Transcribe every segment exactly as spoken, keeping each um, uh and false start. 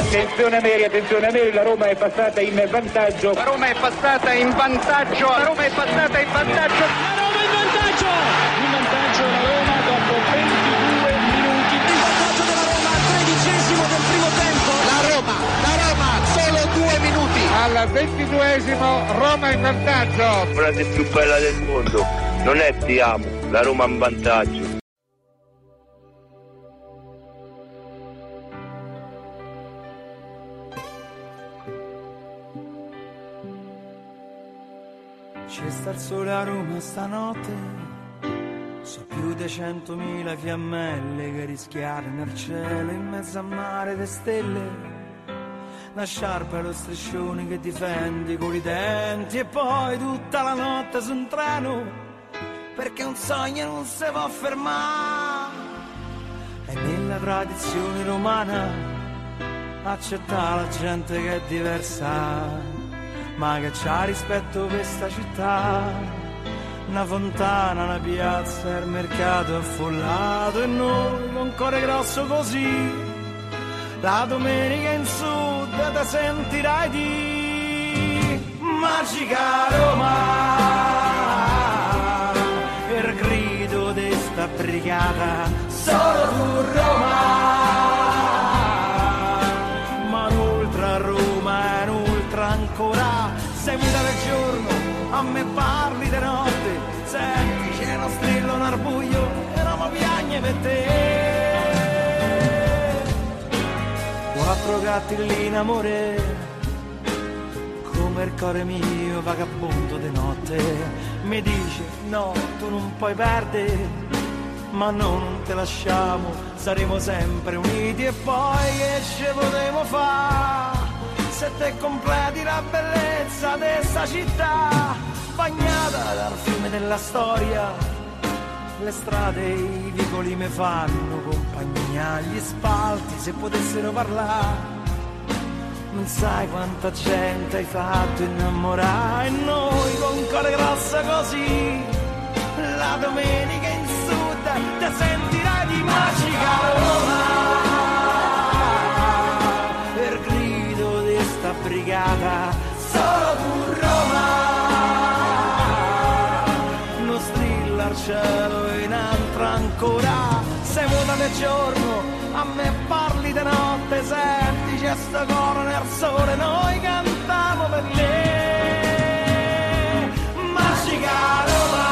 Attenzione Ameri, attenzione Ameri, la Roma è passata in vantaggio. La Roma è passata in vantaggio. La Roma è passata in vantaggio. La Roma in vantaggio. In vantaggio la Roma dopo ventidue minuti. In vantaggio della Roma al tredicesimo del primo tempo. La Roma, la Roma, solo due minuti. Al ventiduesimo Roma in vantaggio. La frase più bella del mondo non è ti amo, la Roma in vantaggio. C'è sta il sole a Roma stanotte, so più di centomila fiammelle che rischiare nel cielo in mezzo a mare di stelle. Una sciarpa e lo striscione che difendi con i denti e poi tutta la notte su un treno, perché un sogno non si può fermare. E nella tradizione romana accettare la gente che è diversa, ma che c'ha rispetto per sta città. Una fontana, una piazza, il mercato affollato e noi con cuore grosso così. La domenica in sud te sentirai di Magica Roma, il grido di sta brigata, solo tu Roma. Ma un'ultra a Roma è un'ultra ancora. Sei muta del giorno, a me parli di notte. Senti c'è uno strillo, un arbuglio e Roma piagne per te. Quattro gatti lì in amore, come il cuore mio vagabondo di notte. Mi dice no, tu non puoi perdere, ma no, non te lasciamo, saremo sempre uniti. E poi che ci potremo fare se te completi la bellezza di sta città, bagnata dal fiume della storia. Le strade e i vicoli mi fanno compagnia, gli spalti se potessero parlare. Non sai quanta gente hai fatto innamorare, e noi con cuore grosso così. La domenica in sud te sentirai di Magica Roma, per grido di sta brigata, solo tu Roma. Non strilla al cielo in altra ancora, sei muta nel giorno, a me parli di notte. Senti c'è sto coro nel sole, noi cantiamo per te. Magica Roma,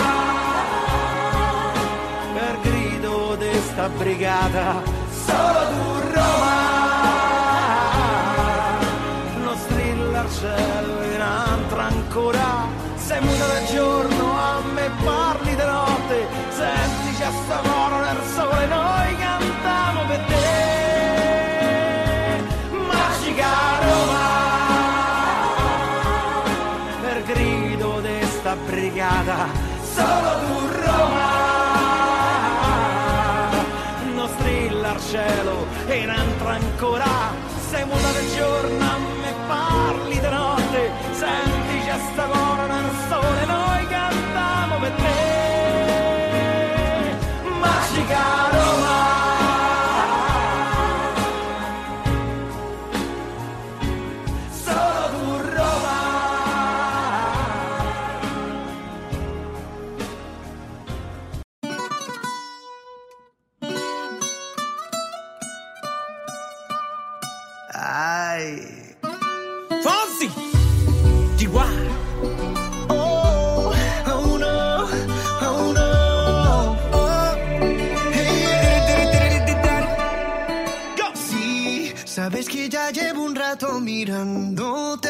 per grido di sta brigata, solo tu Roma. Non strilla al cielo in altra ancora, sei muta del giorno, a me parli di notte. Senti c'è sto coro nel sole, noi cantiamo per te. Magica Roma, per grido di sta brigata, solo tu Roma. Non strilla al cielo e entra ancora, sei muta del giorno, a me parli di notte. Senti c'è sta coro nel sole, noi cantiamo per te. Magica Roma, solo tu Roma. Ai Fonsi G Y. Sabes que ya llevo un rato mirándote.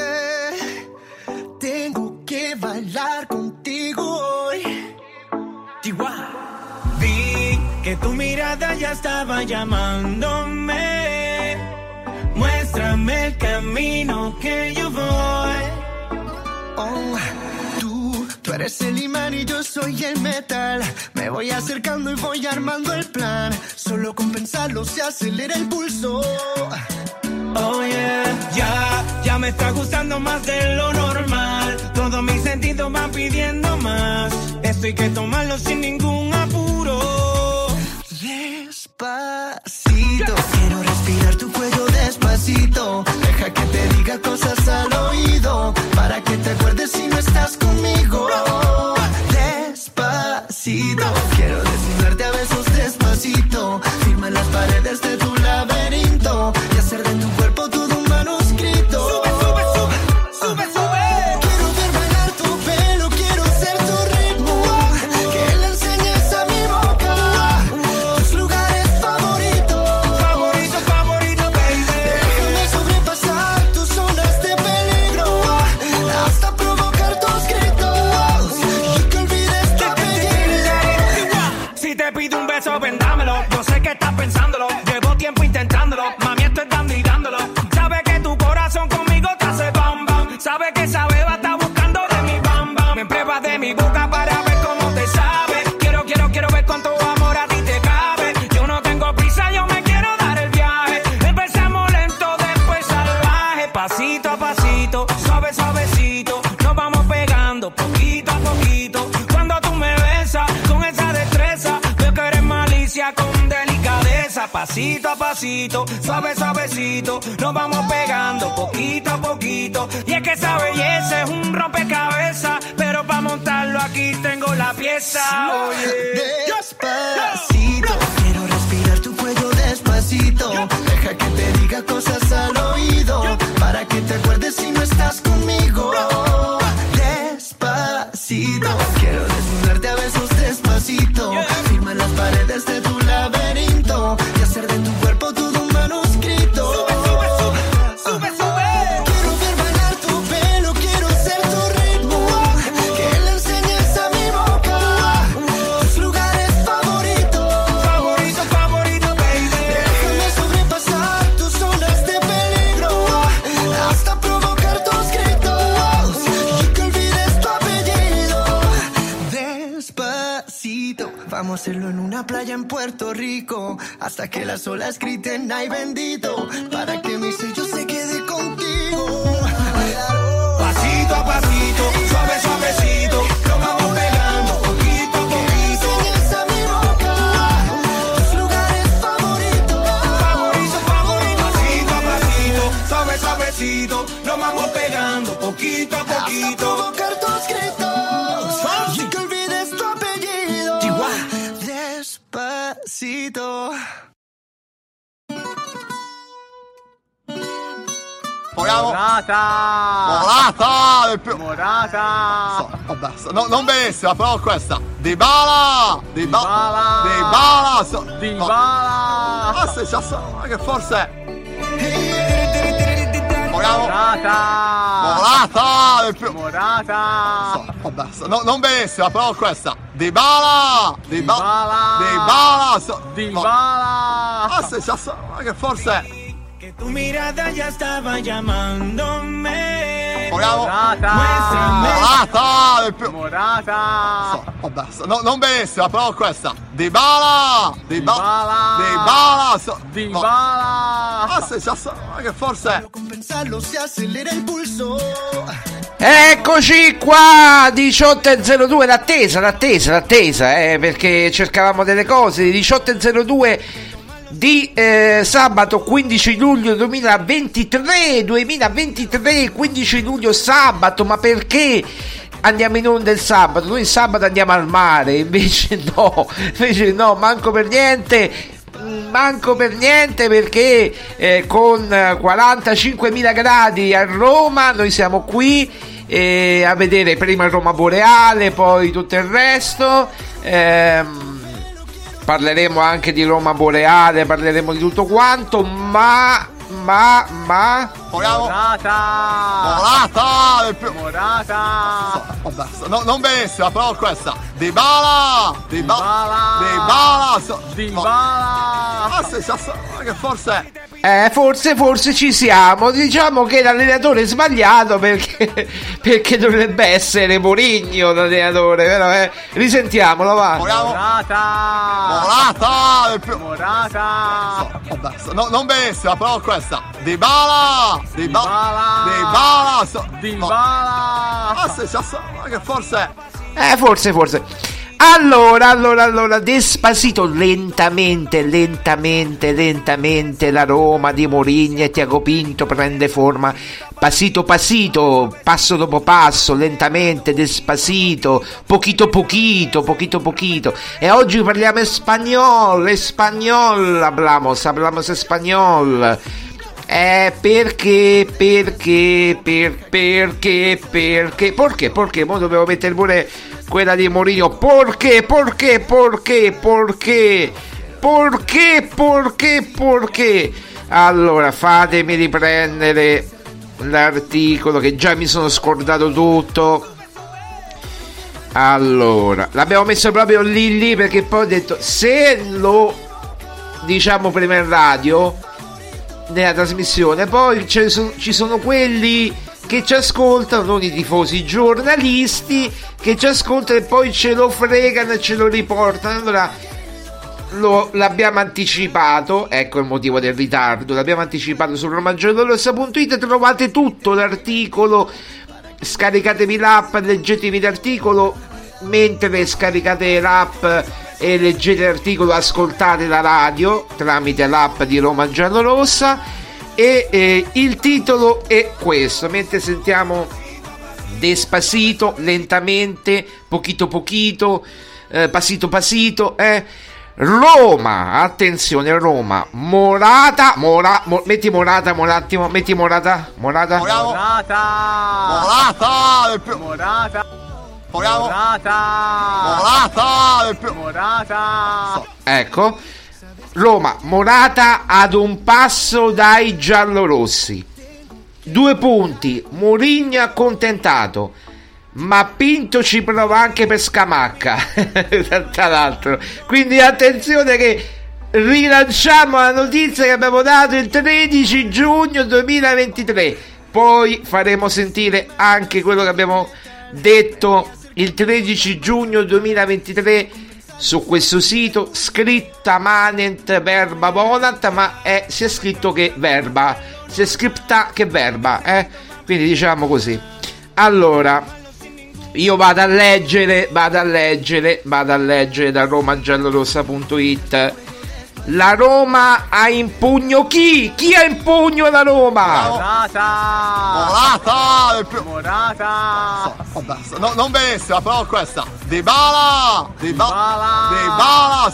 Tengo que bailar contigo hoy. G Y. Vi que tu mirada ya estaba llamándome. Muéstrame el camino que yo voy. Oh, tú, tú eres el imán y yo soy el metal. Me voy acercando y voy armando el plan. Solo con pensarlo se acelera el pulso. Oh yeah, ya, ya me está gustando más de lo normal. Todos mis sentidos van pidiendo más. Esto hay que tomarlo sin ningún apuro. Despacito, quiero respirar tu cuello despacito. despacito, deja que te diga cosas al oído, para que te acuerdes si no estás conmigo. Despacito, quiero desnudarte a besos despacito, firma en las paredes de tu laberinto y hacer de tu cuerpo todo un manuscrito. Sube, sube, sube, sube, sube. Quiero ver bailar tu pelo, quiero ser tu ritmo, que le enseñes a mi boca tus lugares favoritos. Favorito, favorito, baby. Déjame sobrepasar tus zonas de peligro, hasta provocar tus gritos y que olvides tu apellido. Si te pido un beso, vendámelo. Yo sé que estás pensándolo, llevo tiempo intentándolo. Mami, estoy dando y dándolo. Sabe que tu corazón conmigo te hace bam bam. Sabe que esa beba está buscando de mi bam bam. Me pruebas de mi boca para ver cómo te sabe. Quiero, quiero, quiero ver cuánto amor a ti te cabe. Yo no tengo prisa, yo me quiero dar el viaje. Empezamos lento, después salvaje. Pasito a pasito, suave, suavecito. Nos vamos pegando poquito a poquito. Cuando tú me besas con esa destreza, veo que eres malicia con delicadeza. Pasito a pasito, suave, suavecito. Nos vamos pegando poquito a poquito. Y es que esa belleza es un rompecabezas, pero para montarlo aquí tengo la pieza. Oye. Despacito, quiero respirar tu cuello despacito, deja que te diga cosas al oído, para que te acuerdes si no estás conmigo. Despacito, quiero desnudarte a besos despacito, firma en las paredes de tu laberinto y hacer de tu cuerpo todo un manuscrito. Sube, sube, sube, sube, sube. Quiero ver bailar tu pelo, quiero ser tu ritmo, que le enseñes a mi boca tus lugares favoritos. Favorito, favorito, baby. Déjame sobrepasar tus zonas de peligro, hasta provocar tus gritos y que olvides tu apellido. Despacito, vamos a hacerlo en una playa en Puerto Rico, hasta que las olas griten ay bendito, para que mi sello se quede contigo. Pasito a pasito, suave, suavecito. Nos vamos pegando poquito a poquito. Enseñas a mi boca tus lugares favoritos. Favorito, favorito. Pasito a pasito, suave, suavecito. Nos vamos pegando poquito a Hasta poquito. provocar tus gritos y que olvides tu apellido. Despacito. Proviamo. Morata. Morata del più. Morata. So, vabbè, so- no, non benissimo, però questa. Dybala. Dybala. Dybala. Dybala. So, no. Dybala. Ah, se c'è so- che forse. Proviamo. Morata. Morata del più. Morata. So, vabbè, so- no, non benissimo, però questa. Dybala. Dybala. Dybala. Dybala. So, no. Dybala. Ah, se c'è so- che forse. Que tu mirada ya estaba llamándome. Proviamo. Morata. Morata del più. Morata. So, vabbè, so- no, non benissimo, però questa. Dybala. Dybala. Dybala. Dybala. So, no. Dybala. Ah, se c'è so- che forse. Con pensarlo se acelera il pulso. Eccoci qua, diciotto e zero due, l'attesa, l'attesa, l'attesa, eh, perché cercavamo delle cose. diciotto e zero due di eh, sabato quindici luglio duemilaventitré, duemilaventitré, quindici luglio sabato. Ma perché andiamo in onda il sabato? Noi il sabato andiamo al mare, invece no, invece no, manco per niente. Manco per niente, perché eh, con quarantacinquemila gradi a Roma noi siamo qui eh, a vedere prima il Roma Boreale, poi tutto il resto. ehm, Parleremo anche di Roma Boreale, parleremo di tutto quanto, ma ma ma Proviamo. Morata. Morata del più. Morata. So, vabbè, so- no, non benissimo, però questa. Dybala. Dybala. Dybala. So, no. Dybala. Ah, se c'è so- che forse. eh, forse forse ci siamo. Diciamo che l'allenatore è sbagliato, perché perché dovrebbe essere Mourinho l'allenatore, però eh. Risentiamolo, va. Proviamo. Morata. Morata del più. Morata. So, vabbè, so- no, non benissimo, però questa. Dybala. Dybala. Dybala. Dybala. So, no. Dybala. Ah, se c'è so- che forse. Eh, forse, forse. Allora, allora, allora, Despacito, lentamente, lentamente, lentamente la Roma di Mourinho e Tiago Pinto prende forma, pasito pasito, passo dopo passo, lentamente, Despacito, pochito pochito, pochito pochito. E oggi parliamo in spagnolo, in spagnolo, hablamos, hablamos español. Eh, perché, perché, per, perché, perché, perché, perché, mo dovevo mettere pure quella di Mourinho, perché, perché, perché, perché, perché, perché, perché. Allora, fatemi riprendere l'articolo che già mi sono scordato tutto. Allora, l'abbiamo messo proprio lì lì perché poi ho detto, se lo diciamo prima in radio, nella trasmissione, poi ci sono, ci sono quelli che ci ascoltano, non i tifosi, i giornalisti che ci ascoltano e poi ce lo fregano e ce lo riportano. Allora lo, l'abbiamo anticipato, ecco il motivo del ritardo, l'abbiamo anticipato su romagiallorossa punto it, trovate tutto l'articolo, scaricatevi l'app, leggetevi l'articolo, mentre scaricate l'app e leggete l'articolo, ascoltate la radio tramite l'app di Roma Giallorossa e eh, il titolo è questo, mentre sentiamo Despacito, lentamente, pochito pochito, eh, pasito pasito, eh. Roma, attenzione, Roma, Morata, Mora, mo, metti Morata, un attimo, metti Morata, Morata, Morata, Morata, Morata. Proviamo. Morata. Morata. Morata. Ecco. Roma, Morata ad un passo dai giallorossi. Due punti. Mourinho accontentato. Ma Pinto ci prova anche per Scamacca. Tra l'altro. Quindi attenzione che rilanciamo la notizia che abbiamo dato il tredici giugno duemilaventitré. Poi faremo sentire anche quello che abbiamo detto il tredici giugno duemilaventitré su questo sito, scritta manent verba volant, ma è sia scritto che verba, sia scritta che verba, eh? Quindi diciamo così. Allora, io vado a leggere, vado a leggere, vado a leggere da romagiallorossa punto it. La Roma ha in pugno chi? Chi ha in pugno la Roma? Morata. Morata. Morata. Vabbè, no, non benissimo, però questa. Dybala. Dybala. Dybala.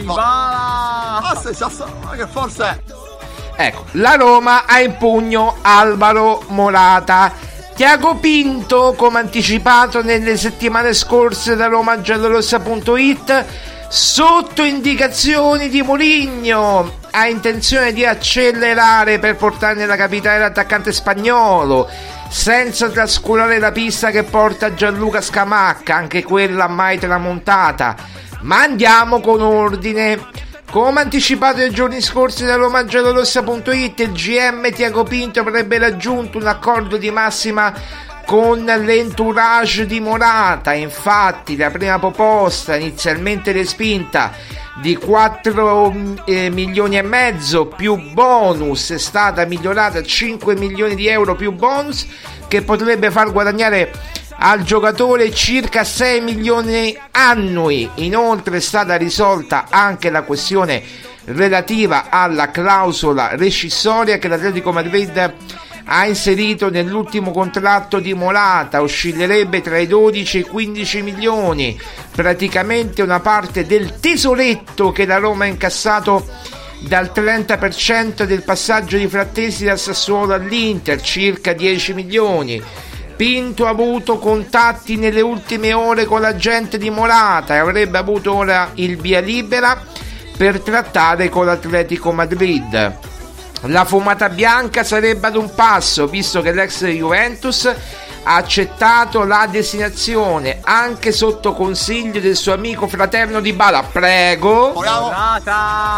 Dybala. Ah, sì, che forse. Ecco, la Roma ha in pugno Alvaro Morata. Tiago Pinto, come anticipato nelle settimane scorse da romagiallorossa punto it, sotto indicazioni di Mourinho, ha intenzione di accelerare per portare nella capitale l'attaccante spagnolo, senza trascurare la pista che porta Gianluca Scamacca, anche quella mai tramontata. Ma andiamo con ordine. Come anticipato nei giorni scorsi da romagiallorossa punto it, il G M Tiago Pinto avrebbe raggiunto un accordo di massima con l'entourage di Morata. Infatti la prima proposta, inizialmente respinta, di quattro eh, milioni e mezzo più bonus, è stata migliorata a cinque milioni di euro più bonus, che potrebbe far guadagnare al giocatore circa sei milioni annui. Inoltre è stata risolta anche la questione relativa alla clausola rescissoria che l'Atletico Madrid ha inserito nell'ultimo contratto di Morata. Oscillerebbe tra i dodici e i quindici milioni, praticamente una parte del tesoretto che la Roma ha incassato dal trenta per cento del passaggio di Frattesi dal Sassuolo all'Inter, circa dieci milioni. Pinto ha avuto contatti nelle ultime ore con l'agente di Morata e avrebbe avuto ora il via libera per trattare con l'Atletico Madrid. La fumata bianca sarebbe ad un passo, visto che l'ex Juventus ha accettato la destinazione anche sotto consiglio del suo amico fraterno Dybala. Prego. Morata.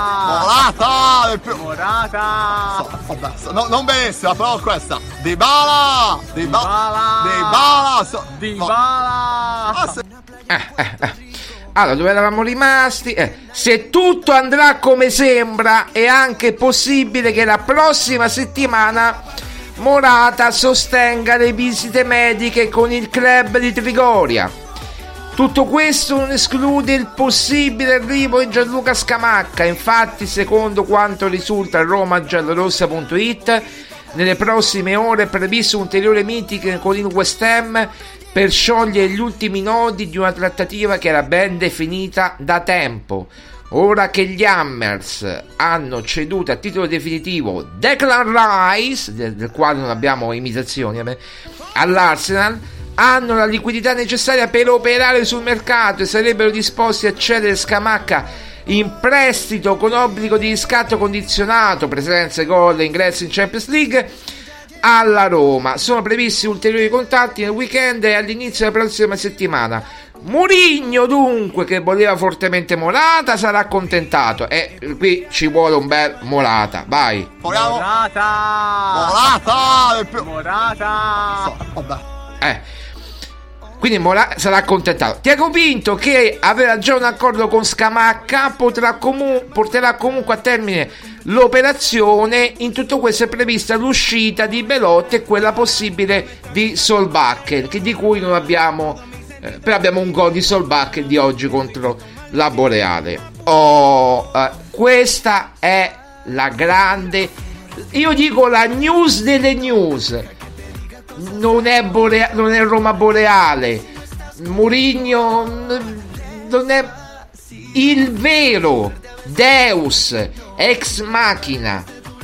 Morata. Morata. Vabbè, no, non benissimo, però questa. Dybala. Dybala. Dybala. Dybala. Ah, sì. eh, eh, eh. Allora, dove eravamo rimasti? Eh, se tutto andrà come sembra, è anche possibile che la prossima settimana Morata sostenga le visite mediche con il club di Trigoria. Tutto questo non esclude il possibile arrivo di Gianluca Scamacca. Infatti, secondo quanto risulta a roma giallorossa punto it, nelle prossime ore è previsto un ulteriore meeting con il West Ham per sciogliere gli ultimi nodi di una trattativa che era ben definita da tempo. Ora che gli Hammers hanno ceduto a titolo definitivo Declan Rice, del, del quale non abbiamo imitazioni, vabbè, all'Arsenal, hanno la liquidità necessaria per operare sul mercato e sarebbero disposti a cedere Scamacca in prestito con obbligo di riscatto condizionato, presenze, gol e ingressi in Champions League, alla Roma. Sono previsti ulteriori contatti nel weekend e all'inizio della prossima settimana. Mourinho, dunque, che voleva fortemente Morata, sarà accontentato, e qui ci vuole un bel Morata. Vai. Morata Morata Morata so, vabbè. Eh Quindi Mora- sarà accontentato. Tiago Pinto, che aveva già un accordo con Scamacca, potrà comu- porterà comunque a termine l'operazione. In tutto questo è prevista l'uscita di Belotti e quella possibile di Solbakken, che di cui non abbiamo eh, però abbiamo un gol di Solbakken di oggi contro la Boreale. Oh, eh, questa è la grande, io dico la news delle news. Non è, Borea- non è Roma Boreale, Mourinho non è il vero Deus ex machina,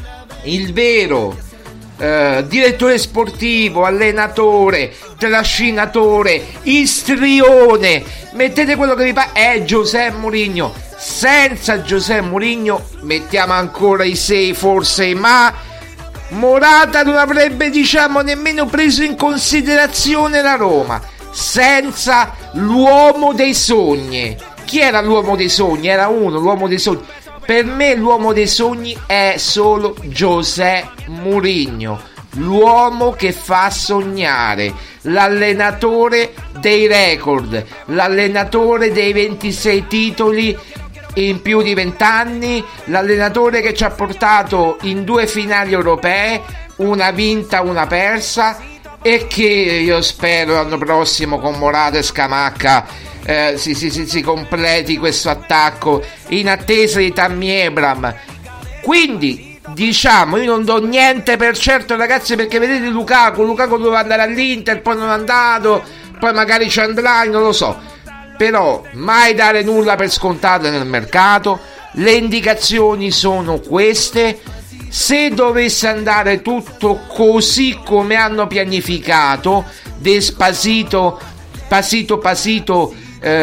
il vero eh, direttore sportivo, allenatore, trascinatore, istrione, mettete quello che vi pare, è Giuseppe Mourinho. Senza Giuseppe Mourinho, mettiamo ancora i sei forse, ma Morata non avrebbe, diciamo, nemmeno preso in considerazione la Roma. Senza l'uomo dei sogni. Chi era l'uomo dei sogni? Era uno, l'uomo dei sogni. Per me l'uomo dei sogni è solo Giuseppe Mourinho, l'uomo che fa sognare, l'allenatore dei record, l'allenatore dei ventisei titoli in più di vent'anni, l'allenatore che ci ha portato in due finali europee, una vinta, una persa, e che io spero l'anno prossimo con Morata e Scamacca eh, si, si, si, si completi questo attacco in attesa di Tammy Abraham. Quindi diciamo, io non do niente per certo, ragazzi, perché vedete Lukaku Lukaku doveva andare all'Inter, poi non è andato, poi magari ci andrà, non lo so. Però mai dare nulla per scontato nel mercato. Le indicazioni sono queste. Se dovesse andare tutto così come hanno pianificato, despasito, pasito pasito,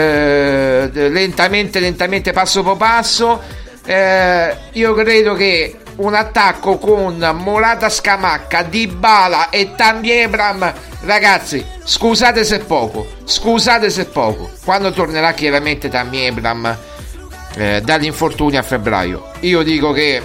eh, lentamente lentamente, passo per passo, eh, io credo che un attacco con Morata, Scamacca, Dybala e Tammy Abraham, ragazzi, scusate se poco, scusate se poco, quando tornerà chiaramente Tammy Abraham eh, dall'infortunio a febbraio, io dico che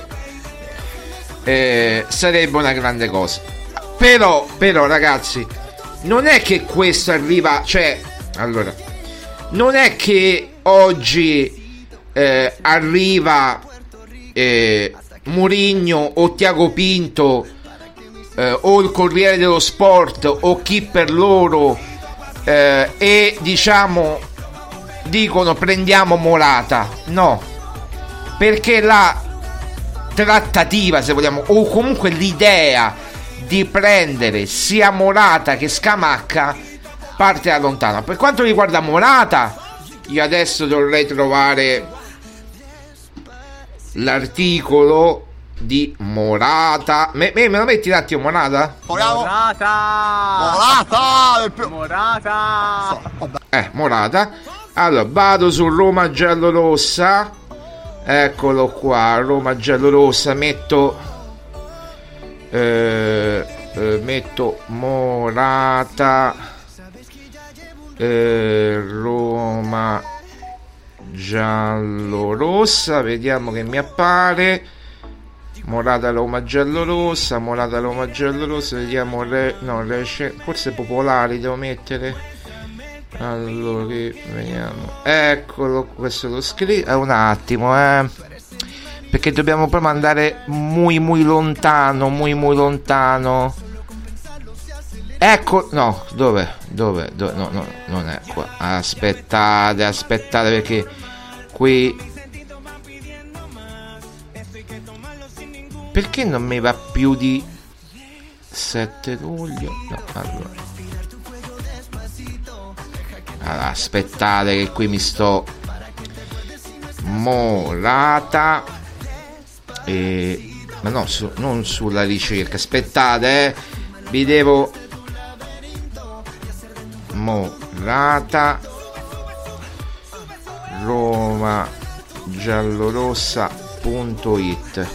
eh, sarebbe una grande cosa. Però, però ragazzi, non è che questo arriva, cioè, allora, non è che oggi eh, arriva eh, Mourinho o Tiago Pinto eh, o il Corriere dello Sport o chi per loro eh, e diciamo dicono prendiamo Morata. No, perché la trattativa, se vogliamo, o comunque l'idea di prendere sia Morata che Scamacca parte da lontano. Per quanto riguarda Morata, io adesso dovrei trovare l'articolo di Morata. Me, me, me lo metti un attimo, Morata? Morata Morata Morata Eh, Morata. Allora, vado su Roma giallorossa. Eccolo qua, Roma giallorossa. Metto eh, eh, metto Morata eh, Roma giallorossa, vediamo che mi appare. Morata Roma giallorossa, Morata Roma giallorossa, vediamo re, no, re, forse popolari devo mettere. Allora, vediamo. Eccolo, questo lo scrivo. Eh, un attimo, eh. Perché dobbiamo proprio andare muy muy lontano, muy muy lontano. ecco, no, dove, dove, dove, no, no, non è qua, aspettate, aspettate perché qui, perché non mi va più di sette luglio, no, allora, allora aspettate che qui mi sto Morata e, ma no, su, non sulla ricerca, aspettate, eh, vi devo Morata Roma giallorossa punto it,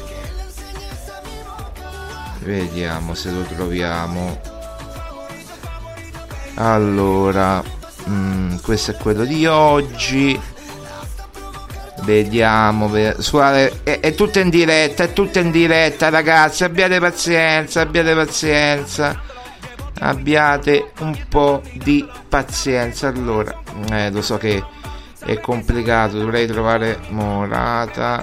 vediamo se lo troviamo. Allora, mh, questo è quello di oggi. Vediamo, suave, è, è tutto in diretta, è tutto in diretta, ragazzi, abbiate pazienza, abbiate pazienza, abbiate un po' di pazienza. Allora, eh, lo so che è complicato, dovrei trovare Morata.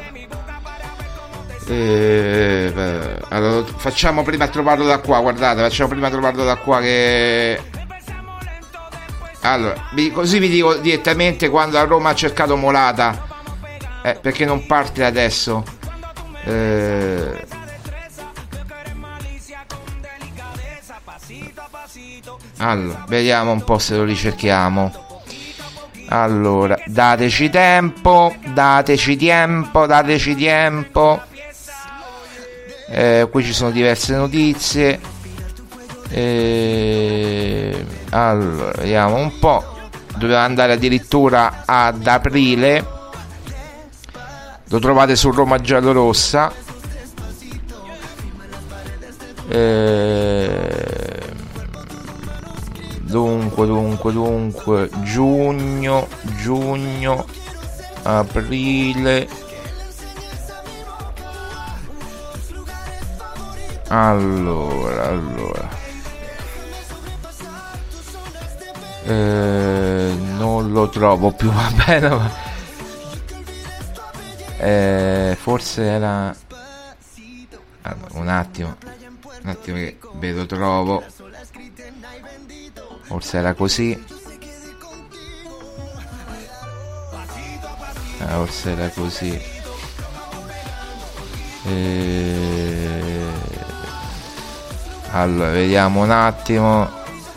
Eh, allora, facciamo prima a trovarlo da qua, guardate, facciamo prima a trovarlo da qua che... Allora, vi, così vi dico direttamente quando a Roma ha cercato Morata. Eh, perché non parte adesso? Eh... Allora, vediamo un po' se lo ricerchiamo. Allora, dateci tempo, dateci tempo, dateci tempo. Eh, qui ci sono diverse notizie. Eh... Allora, vediamo un po'. Doveva andare addirittura ad aprile. Lo trovate su Roma giallorossa. Eh, dunque, dunque, dunque, giugno, giugno, aprile. Allora, allora. Eh, non lo trovo più, va bene, ma... Eh, forse era allora, un attimo un attimo che ve lo trovo, forse era così, eh, forse era così, eh, allora vediamo un attimo,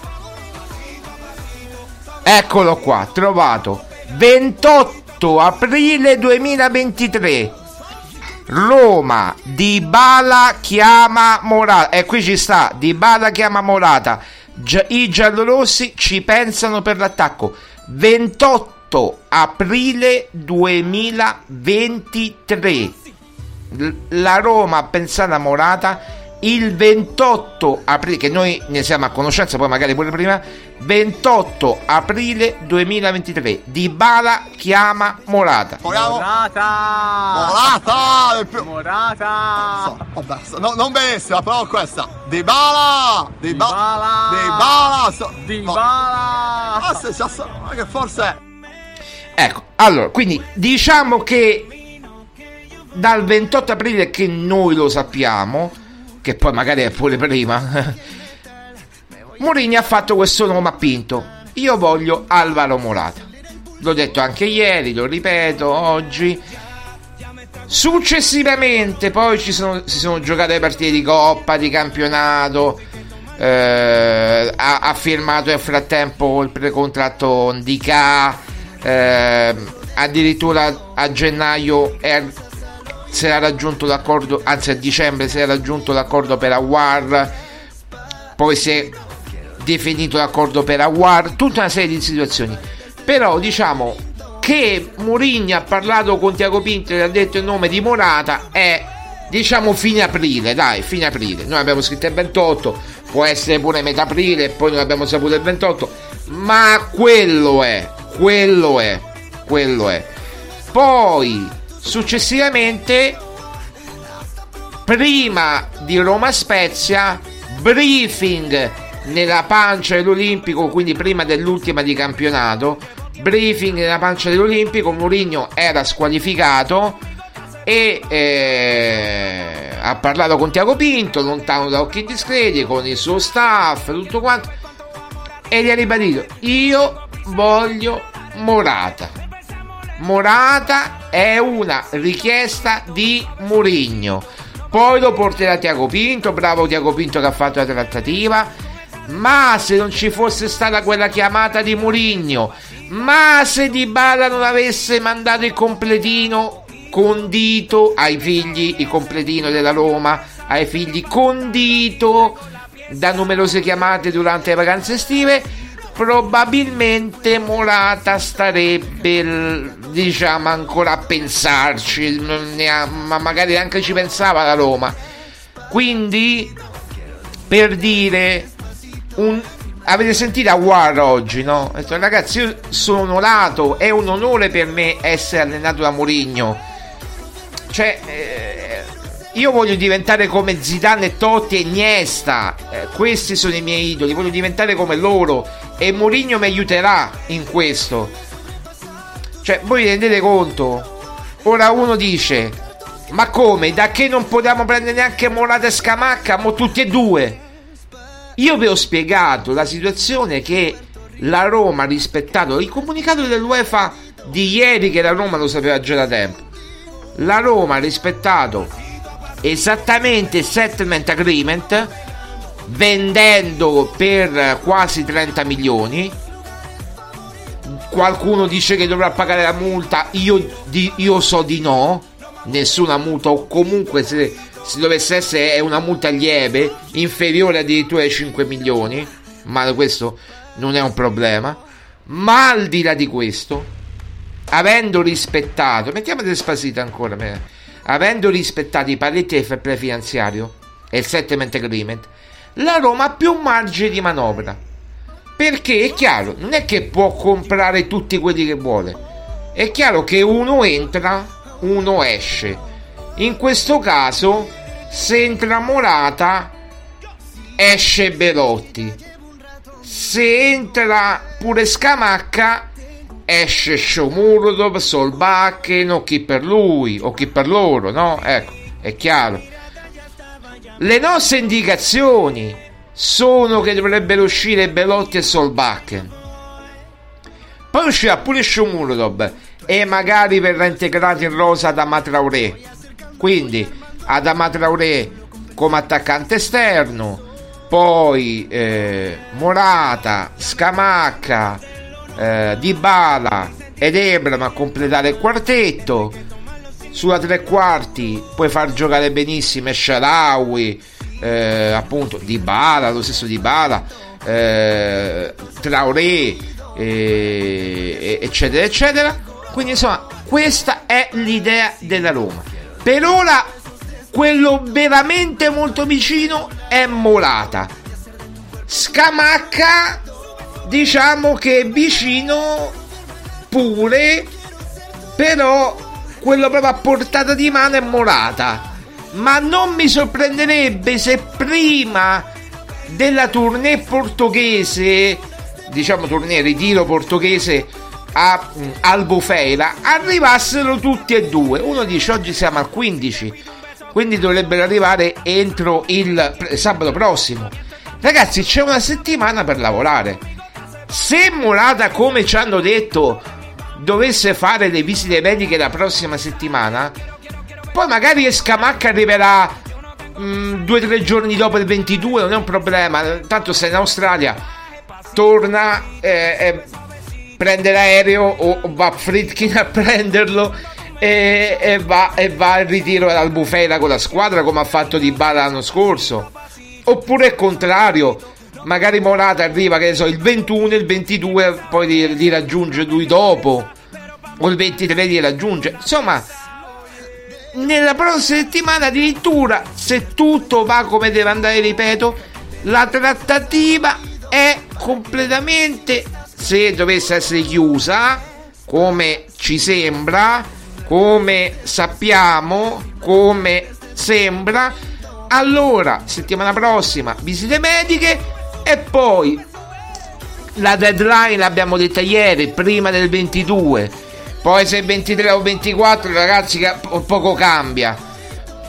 eccolo qua, trovato, ventotto aprile duemilaventitré, Roma, Dybala chiama Morata, e qui ci sta, Dybala chiama Morata, Gi- i giallorossi ci pensano per l'attacco, ventotto aprile duemilaventitré, L- la Roma ha pensato a Morata il ventotto aprile, che noi ne siamo a conoscenza, poi magari pure prima, ventotto aprile duemilaventitré, Dybala chiama Morata. Morata! Morata! Morata! So, vabbè, so, no, non benissimo, però questa. Dybala! Dybala! Dybala! So, Dybala! No. Se, se, se, che forse... Ecco, allora, quindi diciamo che dal ventotto aprile, che noi lo sappiamo, che poi magari è pure prima, Mourinho ha fatto questo nome, ha pinto: io voglio Alvaro Morata. L'ho detto anche ieri, lo ripeto oggi. Successivamente poi ci sono, si sono giocate le partite di Coppa, di campionato, eh, ha, ha firmato nel frattempo il precontratto di K, eh, addirittura a gennaio è, si era raggiunto l'accordo, anzi a dicembre si era raggiunto l'accordo per Aouar, poi si è definito l'accordo per Aouar, tutta una serie di situazioni. Però diciamo che Mourinho ha parlato con Tiago Pinto e ha detto il nome di Morata è, diciamo, fine aprile, dai, fine aprile. Noi abbiamo scritto il ventotto, può essere pure metà aprile e poi non abbiamo saputo il ventotto, ma quello è, quello è, quello è. Poi successivamente, prima di Roma Spezia, briefing nella pancia dell'Olimpico, quindi prima dell'ultima di campionato, briefing nella pancia dell'Olimpico, Mourinho era squalificato e eh, ha parlato con Tiago Pinto, lontano da occhi indiscreti, con il suo staff, tutto quanto, e gli ha ribadito: io voglio Morata. Morata è una richiesta di Mourinho. Poi lo porterà Tiago Pinto, bravo Tiago Pinto che ha fatto la trattativa. Ma se non ci fosse stata quella chiamata di Mourinho, ma se Dybala non avesse mandato il completino condito ai figli, il completino della Roma ai figli condito da numerose chiamate durante le vacanze estive, probabilmente Morata starebbe, diciamo, ancora a pensarci, ma magari anche ci pensava la Roma. Quindi, per dire, un, avete sentito Aouar oggi, no? Ha detto: ragazzi, io sono onorato, è un onore per me essere allenato da Mourinho. Cioè, eh, io voglio diventare come Zidane, Totti e Iniesta, eh, questi sono i miei idoli, voglio diventare come loro e Mourinho mi aiuterà in questo. Cioè, voi vi rendete conto? Ora uno dice: ma come, da che non potevamo prendere neanche Morata e Scamacca, mo tutti e due? Io vi ho spiegato la situazione, che la Roma ha rispettato il comunicato dell'UEFA di ieri, che la Roma lo sapeva già da tempo. La Roma ha rispettato esattamente il settlement agreement, vendendo per quasi trenta milioni. Qualcuno dice che dovrà pagare la multa, io, di, io so di no, nessuna multa, o comunque se, se dovesse essere è una multa lieve, inferiore addirittura ai cinque milioni, ma questo non è un problema. Ma al di là di questo, avendo rispettato, mettiamo Despacito ancora, avendo rispettato i paletti del fair play finanziario e il settlement agreement, la Roma ha più margine di manovra, perché è chiaro, non è che può comprare tutti quelli che vuole, è chiaro che uno entra, uno esce. In questo caso, se entra Morata, esce Belotti, se entra pure Scamacca, esce Shomurodov, Solbakken o chi per lui o chi per loro, no? Ecco, è chiaro. Le nostre indicazioni sono che dovrebbero uscire Belotti e Solbakken, poi uscirà pure Shomurodov e magari verrà integrato in rosa Adama Traoré, quindi Adama Traoré come attaccante esterno, poi eh, Morata, Scamacca, eh, Dybala ed Ebram a completare il quartetto. Sulla tre quarti puoi far giocare benissimo Shaarawy, eh, appunto Dybala, lo stesso Dybala, eh, Traoré, eh, eccetera eccetera. Quindi insomma, questa è l'idea della Roma. Per ora quello veramente molto vicino è Morata. Scamacca, diciamo che è vicino pure, però quello proprio a portata di mano è Morata. Ma non mi sorprenderebbe se prima della tournée portoghese, diciamo tournée ritiro portoghese a um, Albufeira, arrivassero tutti e due. Uno dice: oggi siamo al quindici, quindi dovrebbero arrivare entro il sabato prossimo. Ragazzi, c'è una settimana per lavorare. Se Morata, come ci hanno detto, dovesse fare le visite mediche la prossima settimana, poi magari Scamacca arriverà mh, due o tre giorni dopo il ventidue, non è un problema, tanto sei in Australia, torna, eh, eh, prende l'aereo o va a Friedkin a prenderlo e, e, va, e va al ritiro all'Albufeira con la squadra, come ha fatto Dybala l'anno scorso. Oppure il contrario, magari Morata arriva, che ne so, il ventuno, il ventidue, poi li, li raggiunge lui dopo, o il ventitré li raggiunge. Insomma, nella prossima settimana addirittura, se tutto va come deve andare, ripeto, la trattativa è completamente, se dovesse essere chiusa, come ci sembra, come sappiamo, come sembra, allora settimana prossima visite mediche e poi la deadline l'abbiamo detta ieri, prima del ventidue. Poi se ventitré o ventiquattro, ragazzi, poco cambia.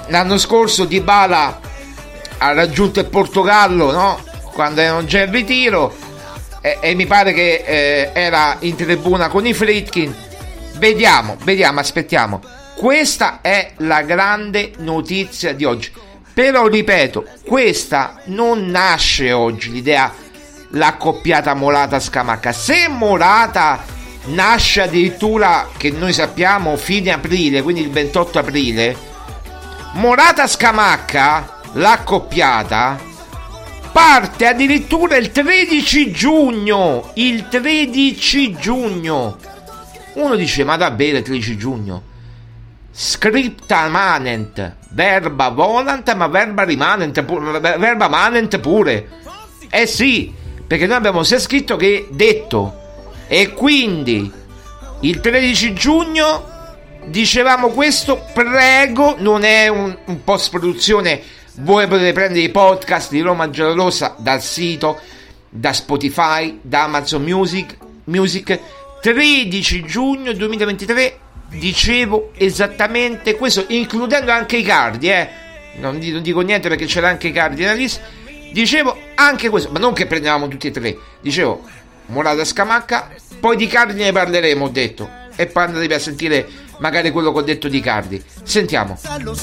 l'anno scorso Dybala ha raggiunto il Portogallo, no? Quando erano già in ritiro, e, e mi pare che eh, era in tribuna con i Friedkin. Vediamo, vediamo, aspettiamo. Questa è la grande notizia di oggi. Però ripeto, questa non nasce oggi, l'idea, l'accoppiata Morata-Scamacca. Se Morata nasce addirittura, che noi sappiamo, fine aprile, quindi il ventotto aprile, Morata-Scamacca, l'accoppiata, parte addirittura il tredici giugno. Il tredici giugno. Uno dice, ma davvero il tredici giugno? Scripta manent, verba volant, ma verba rimanent, pure, verba manent pure. Eh sì, perché noi abbiamo sia scritto che detto. E quindi il tredici giugno dicevamo questo. Prego, non è un, un post produzione. Voi potete prendere i podcast di Roma Giallorossa dal sito, da Spotify, da Amazon Music, Music. tredici giugno duemilaventitré. Dicevo esattamente questo, includendo anche i cardi, eh. non, non dico niente perché c'era anche i cardi nella lista. Dicevo anche questo, ma non che prendevamo tutti e tre. Dicevo Morata-Scamacca, poi di cardi ne parleremo, ho detto, e poi andatevi a sentire magari quello che ho detto di cardi. Sentiamo.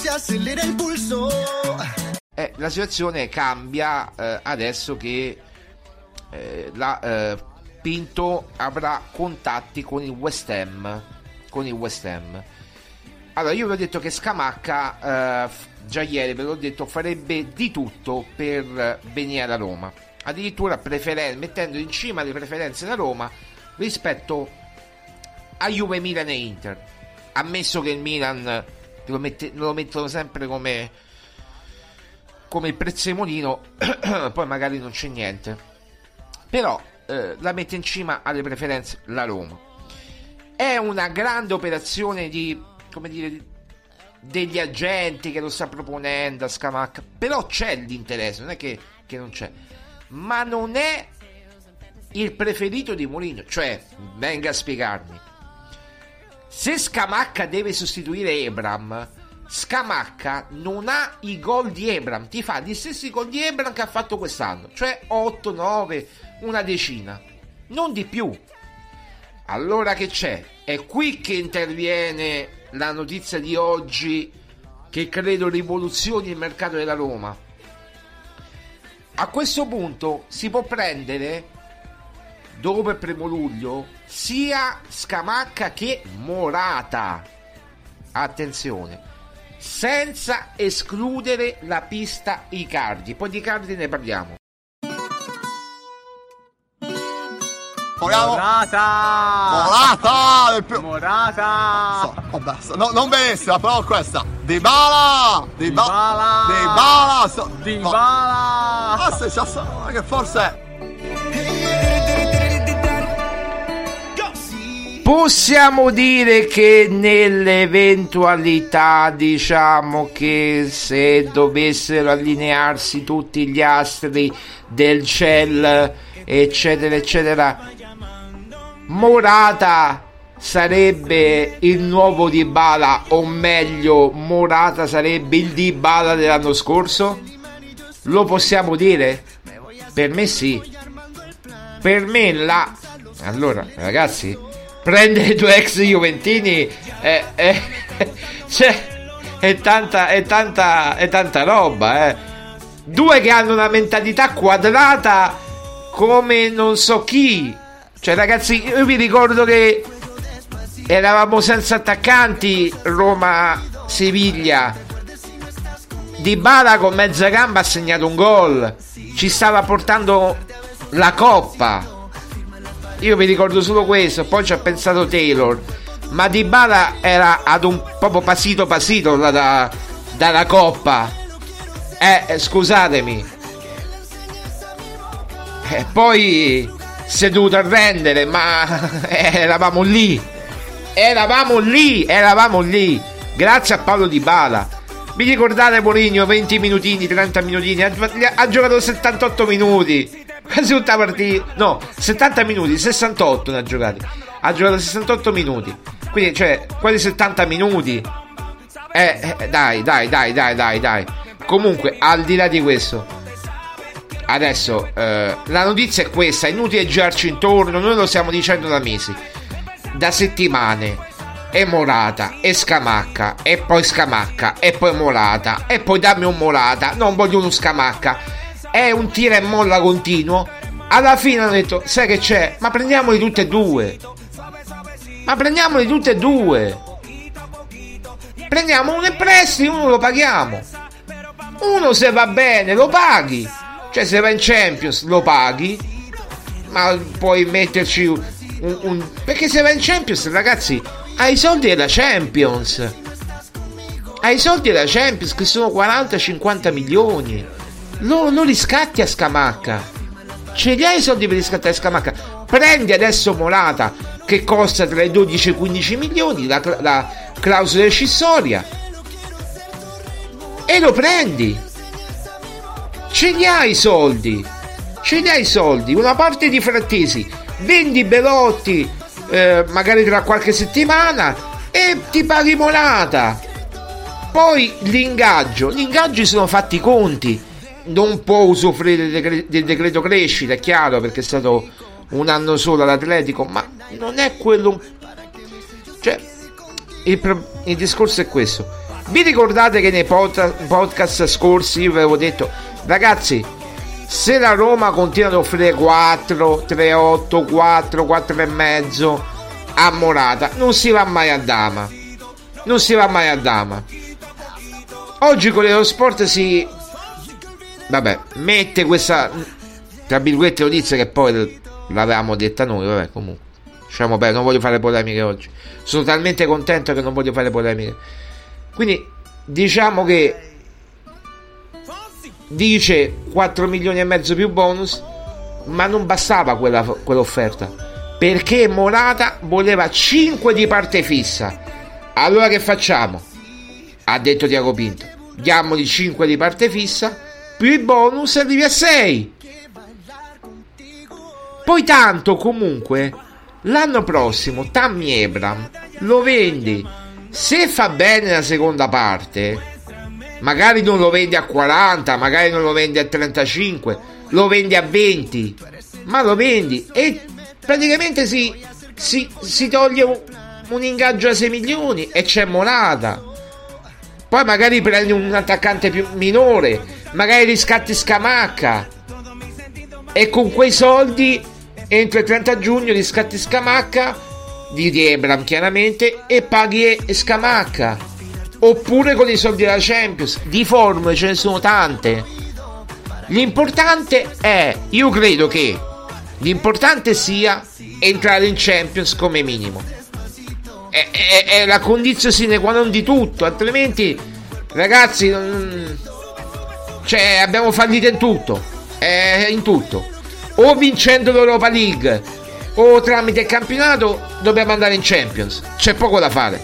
Eh, la situazione cambia eh, adesso che eh, la eh, Pinto avrà contatti con il West Ham. Con il West Ham. Allora, io vi ho detto che Scamacca, eh, già ieri ve l'ho detto, farebbe di tutto per venire alla Roma. Addirittura preferen- mettendo in cima le preferenze la Roma rispetto a Juve, Milan e Inter. Ammesso che il Milan lo, mette- lo mettono sempre come, come il prezzemolino, poi magari non c'è niente. Però eh, la mette in cima alle preferenze la Roma. È una grande operazione di, come dire, degli agenti che lo sta proponendo a Scamacca. Però c'è l'interesse, non è che, che non c'è. Ma non è il preferito di Mourinho. Cioè, venga a spiegarmi. Se Scamacca deve sostituire Ebram, Scamacca non ha i gol di Ebram. Ti fa gli stessi gol di Ebram che ha fatto quest'anno. Cioè otto, nove, una decina. Non di più. Allora che c'è? È qui che interviene la notizia di oggi, che credo rivoluzioni il mercato della Roma. A questo punto si può prendere, dopo il primo luglio, sia Scamacca che Morata. Attenzione, senza escludere la pista Icardi. Poi di Icardi ne parliamo. Morata! Morata! Del più... Morata! So, vabbè, so, no, non benissimo, però questa. Dybala! Dybala! Dybala! So, Dybala! Ah, se c'è, che forse... Possiamo dire che nell'eventualità, diciamo, che se dovessero allinearsi tutti gli astri del cielo, eccetera eccetera, Morata sarebbe il nuovo Dybala, o meglio Morata sarebbe il Dybala dell'anno scorso? Lo possiamo dire? Per me sì. Per me la... Allora ragazzi, prendere due ex juventini è, è, cioè, è tanta è tanta è tanta roba, eh. Due che hanno una mentalità quadrata come non so chi. Cioè ragazzi, io vi ricordo che eravamo senza attaccanti Roma-Siviglia. Dybala con mezza gamba ha segnato un gol, ci stava portando la coppa. Io vi ricordo solo questo. Poi ci ha pensato Taylor, ma Dybala era ad un proprio pasito pasito da, da, dalla coppa. Eh, scusatemi. E poi si è dovuto arrendere, ma eravamo lì. Eravamo lì, eravamo lì. Grazie a Paolo Dybala. Vi ricordate Mourinho, venti minutini, trenta minutini, ha, ha giocato settantotto minuti. Quasi tutta la partita. No, settanta minuti, sessantotto ne ha giocati. Ha giocato sessantotto minuti. Quindi, cioè, quasi settanta minuti. Eh, eh, dai, dai, dai, dai, dai, dai. Comunque, al di là di questo, adesso eh, la notizia è questa, è inutile girarci intorno, noi lo stiamo dicendo da mesi, da settimane. E Morata, e Scamacca, e poi Scamacca, e poi Morata, e poi dammi un Morata, non voglio uno Scamacca. È un tira e molla continuo. Alla fine hanno detto, sai che c'è? Ma prendiamoli tutte e due. Ma prendiamoli tutte e due. Prendiamo uno in prestito, uno lo paghiamo. Uno se va bene lo paghi. Cioè se va in Champions lo paghi. Ma puoi metterci un, un... Perché se va in Champions, ragazzi, hai i soldi della Champions. Hai i soldi della Champions che sono quaranta cinquanta milioni. Lo, lo riscatti a Scamacca. Ce li hai i soldi per riscattare Scamacca. Prendi adesso Morata che costa tra i dodici e i quindici milioni, la, la clausola rescissoria, e lo prendi. Ce li hai i soldi. Ce li hai i soldi. Una parte di Frattesi. Vendi Belotti eh, magari tra qualche settimana e ti paghi Morata. Poi l'ingaggio. Gli ingaggi sono fatti i conti. Non può usufruire del, decre- del decreto crescita, è chiaro, perché è stato un anno solo all'Atletico, ma non è quello. Cioè, il, pro- il discorso è questo. Vi ricordate che nei pod- podcast scorsi io vi avevo detto, ragazzi, se la Roma continua ad offrire quattro, tre, otto, quattro, quattro e mezzo a Morata, non si va mai a Dama. Non si va mai a Dama. Oggi con lo sport si... Vabbè, mette questa, tra virgolette, notizia che poi l'avevamo detta noi. Vabbè, comunque, diciamo, beh, non voglio fare polemiche oggi. Sono talmente contento che non voglio fare polemiche. Quindi, diciamo che dice quattro milioni e mezzo più bonus, ma non bastava quella, quell'offerta, perché Morata voleva cinque di parte fissa. Allora che facciamo? Ha detto Tiago Pinto, diamogli cinque di parte fissa più i bonus, arrivi a sei. Poi tanto comunque l'anno prossimo Tammy Abraham lo vendi, se fa bene la seconda parte, magari non lo vendi a quaranta, magari non lo vendi a trentacinque, lo vendi a venti, ma lo vendi e praticamente si, si, si toglie un, un ingaggio a sei milioni e c'è Morata. Poi magari prendi un attaccante più minore, magari riscatti Scamacca e con quei soldi entro il trenta giugno riscatti Scamacca di Abraham chiaramente e paghi Scamacca, oppure con i soldi della Champions. Di formule ce ne sono tante. L'importante è, io credo che l'importante sia entrare in Champions come minimo. È, è, è la condizione sine qua non di tutto, altrimenti ragazzi non... cioè abbiamo fallito in tutto, è in tutto, o vincendo l'Europa League o tramite il campionato dobbiamo andare in Champions, c'è poco da fare.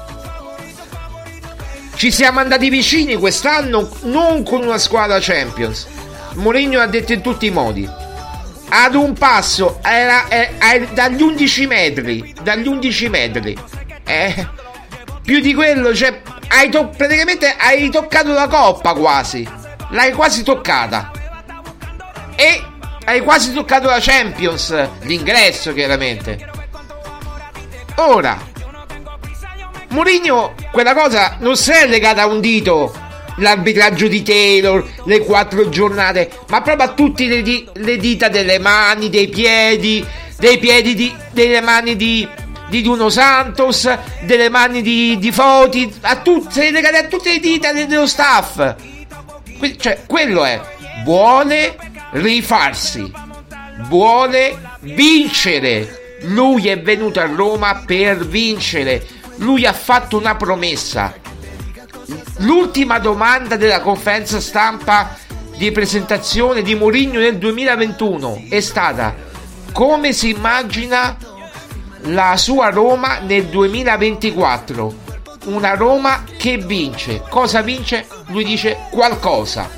Ci siamo andati vicini quest'anno non con una squadra Champions, Mourinho ha detto in tutti i modi, ad un passo era, era, era dagli undici metri dagli undici metri eh, più di quello, cioè hai to- praticamente hai toccato la coppa, quasi l'hai quasi toccata, e hai quasi toccato la Champions, l'ingresso chiaramente. Ora Mourinho quella cosa non si è legata a un dito, l'arbitraggio di Taylor, le quattro giornate, ma proprio a tutte le, di- le dita delle mani, dei piedi, dei piedi di, delle mani di, di Nuno Santos, delle mani di, di Foti, a tutte, legate a tutte le dita dello staff. Quindi, cioè, quello è, vuole rifarsi, vuole vincere. Lui è venuto a Roma per vincere, lui ha fatto una promessa. L'ultima domanda della conferenza stampa di presentazione di Mourinho nel duemilaventuno è stata: come si immagina la sua Roma nel duemilaventiquattro? Una Roma che vince. Cosa vince? Lui dice qualcosa.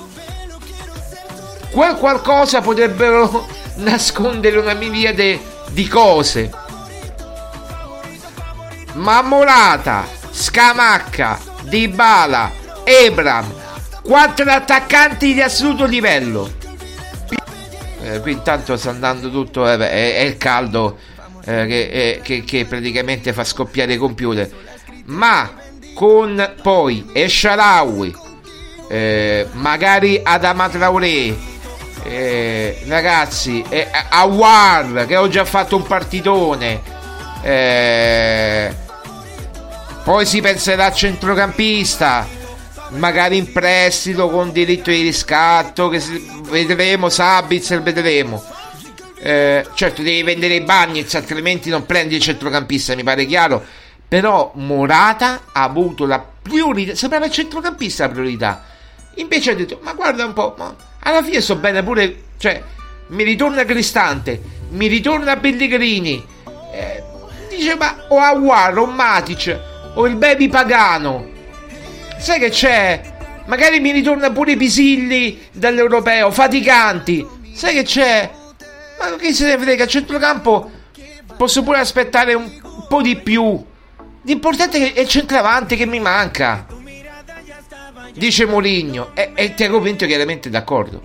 Quel qualcosa potrebbero nascondere una miriade di cose, ma Morata, Scamacca Dybala, Ebram, quattro attaccanti di assoluto livello. Eh, qui intanto sta andando tutto, eh, beh, è, è il caldo eh, che, eh, che, che praticamente fa scoppiare i computer. Ma con poi Esharawi, eh, magari Adama Traoré, eh, ragazzi, eh, Aouar che ho già fatto un partitone, eh, poi si penserà a centrocampista, magari in prestito con diritto di riscatto, che si, vedremo, Sabitzer, vedremo. Eh, certo devi vendere i Bagnets, altrimenti non prendi il centrocampista, mi pare chiaro. Però Morata ha avuto la priorità, sembrava il centrocampista la priorità, invece ha detto ma guarda un po', ma alla fine sto bene pure, cioè mi ritorna Cristante, mi ritorna Pellegrini, eh, dice ma o Aouar o Matic o il baby Pagano, sai che c'è, magari mi ritorna pure Pisilli dall'Europeo, Faticanti, sai che c'è, ma che se ne frega, a centrocampo posso pure aspettare un, un po' di più. L'importante è il centravanti che mi manca, dice Mourinho, e, e ti hai convinto chiaramente d'accordo.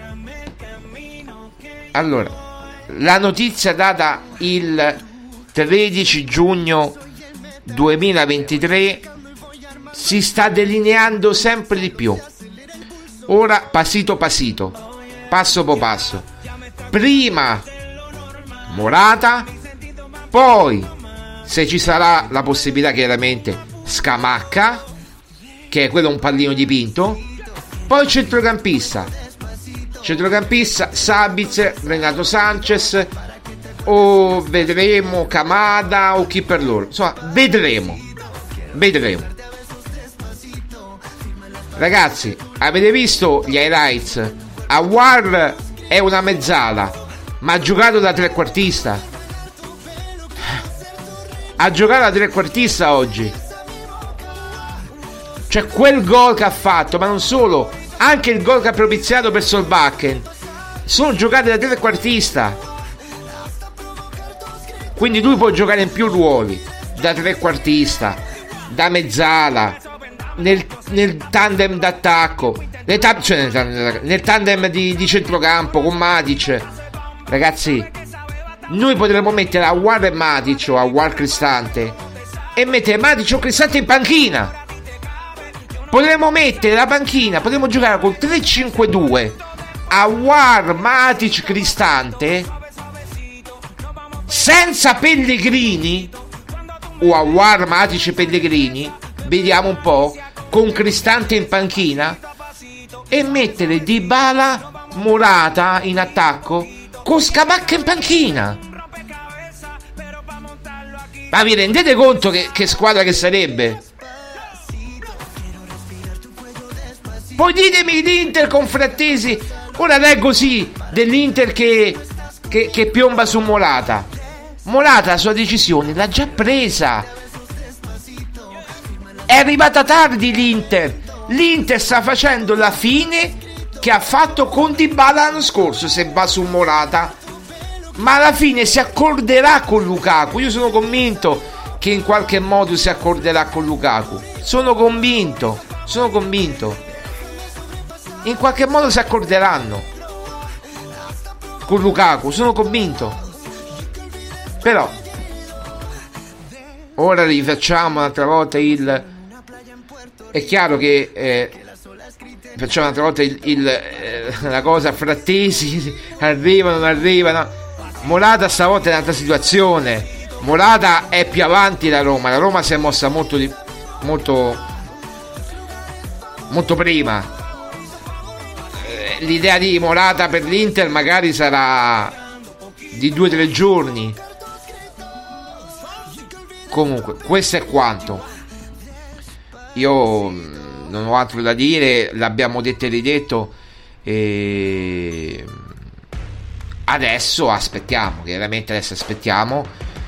Allora, la notizia data il tredici giugno duemilaventitré si sta delineando sempre di più. Ora passito passito, passo po' passo. Prima Morata, poi se ci sarà la possibilità chiaramente Scamacca, che è quello un pallino dipinto, poi centrocampista centrocampista Sabitzer, Renato Sanchez, o vedremo Kamada o chi per loro, insomma vedremo vedremo ragazzi. Avete visto gli highlights? Aouar è una mezzala, ma ha giocato da trequartista, ha giocato da trequartista oggi. Cioè quel gol che ha fatto, ma non solo, anche il gol che ha propiziato per Solbakken, sono giocate da trequartista. Quindi lui può giocare in più ruoli, da trequartista, da mezzala, nel, nel tandem d'attacco, nel, ta- cioè nel tandem, nel tandem di, di centrocampo con Matic. Ragazzi, noi potremmo mettere Aouar e Matic o Aouar Cristante e mettere Matic o Cristante in panchina. Potremmo mettere la panchina, potremmo giocare col tre cinque due, Aouar, Matic, Cristante, senza Pellegrini, o Aouar, Matic e Pellegrini, vediamo un po', con Cristante in panchina, e mettere Dybala, Morata in attacco con Scamacca in panchina. Ma vi rendete conto che, che squadra che sarebbe? Poi ditemi l'Inter con Frattesi. Ora leggo sì dell'Inter che, che, che piomba su Morata. Morata la sua decisione l'ha già presa, è arrivata tardi l'Inter. L'Inter sta facendo la fine che ha fatto con Dybala l'anno scorso, se va su Morata, ma alla fine si accorderà con Lukaku. Io sono convinto che in qualche modo si accorderà con Lukaku, sono convinto, sono convinto in qualche modo si accorderanno con Lukaku, sono convinto. Però ora rifacciamo un'altra volta il, è chiaro che eh, facciamo un'altra volta il, il, eh, la cosa Frattesi arrivano, non arrivano. Morata stavolta è un'altra situazione, Morata è più avanti da Roma, la Roma si è mossa molto di, molto molto prima. eh, l'idea di Morata per l'Inter magari sarà di due o tre giorni. Comunque questo è quanto. Io non ho altro da dire, l'abbiamo detto e ridetto, e adesso aspettiamo, chiaramente adesso aspettiamo,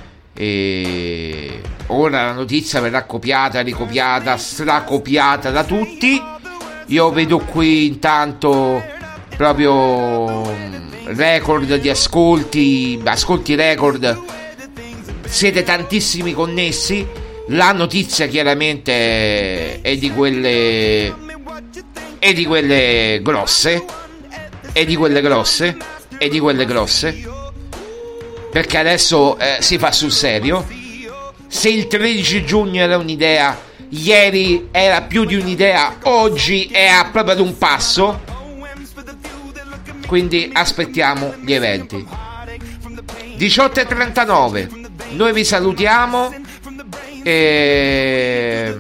e ora la notizia verrà copiata, ricopiata, stracopiata da tutti. Io vedo qui intanto proprio record di ascolti, ascolti record, siete tantissimi connessi. La notizia chiaramente è di quelle è di quelle grosse, è di quelle grosse, è di quelle grosse, perché adesso eh, si fa sul serio. Se il tredici giugno era un'idea, ieri era più di un'idea, oggi è a proprio ad un passo. Quindi aspettiamo gli eventi. diciotto e trentanove, noi vi salutiamo e...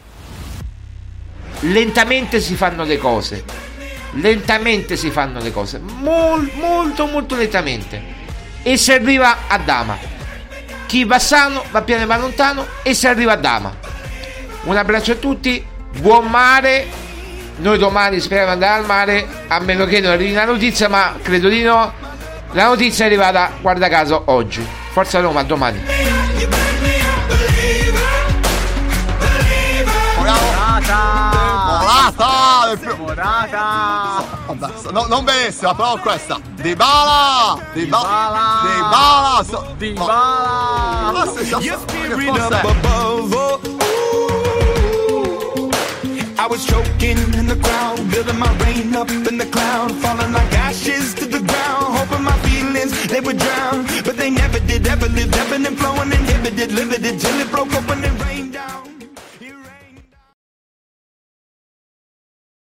lentamente si fanno le cose, lentamente si fanno le cose, Mol, molto molto lentamente, e si arriva a Dama. Chi va sano va piano e va lontano, e si arriva a Dama. Un abbraccio a tutti, buon mare. Noi domani speriamo di andare al mare, a meno che non arrivi la notizia, ma credo di no. La notizia è arrivata, guarda caso, oggi. Forza Roma, a domani. Morata! Morata! No, non benissimo, però questa. Dybala! Dybala! Dybala! So- Dybala! Ma se sa- che forse I was choking in the crowd, building my rain up in the cloud, falling like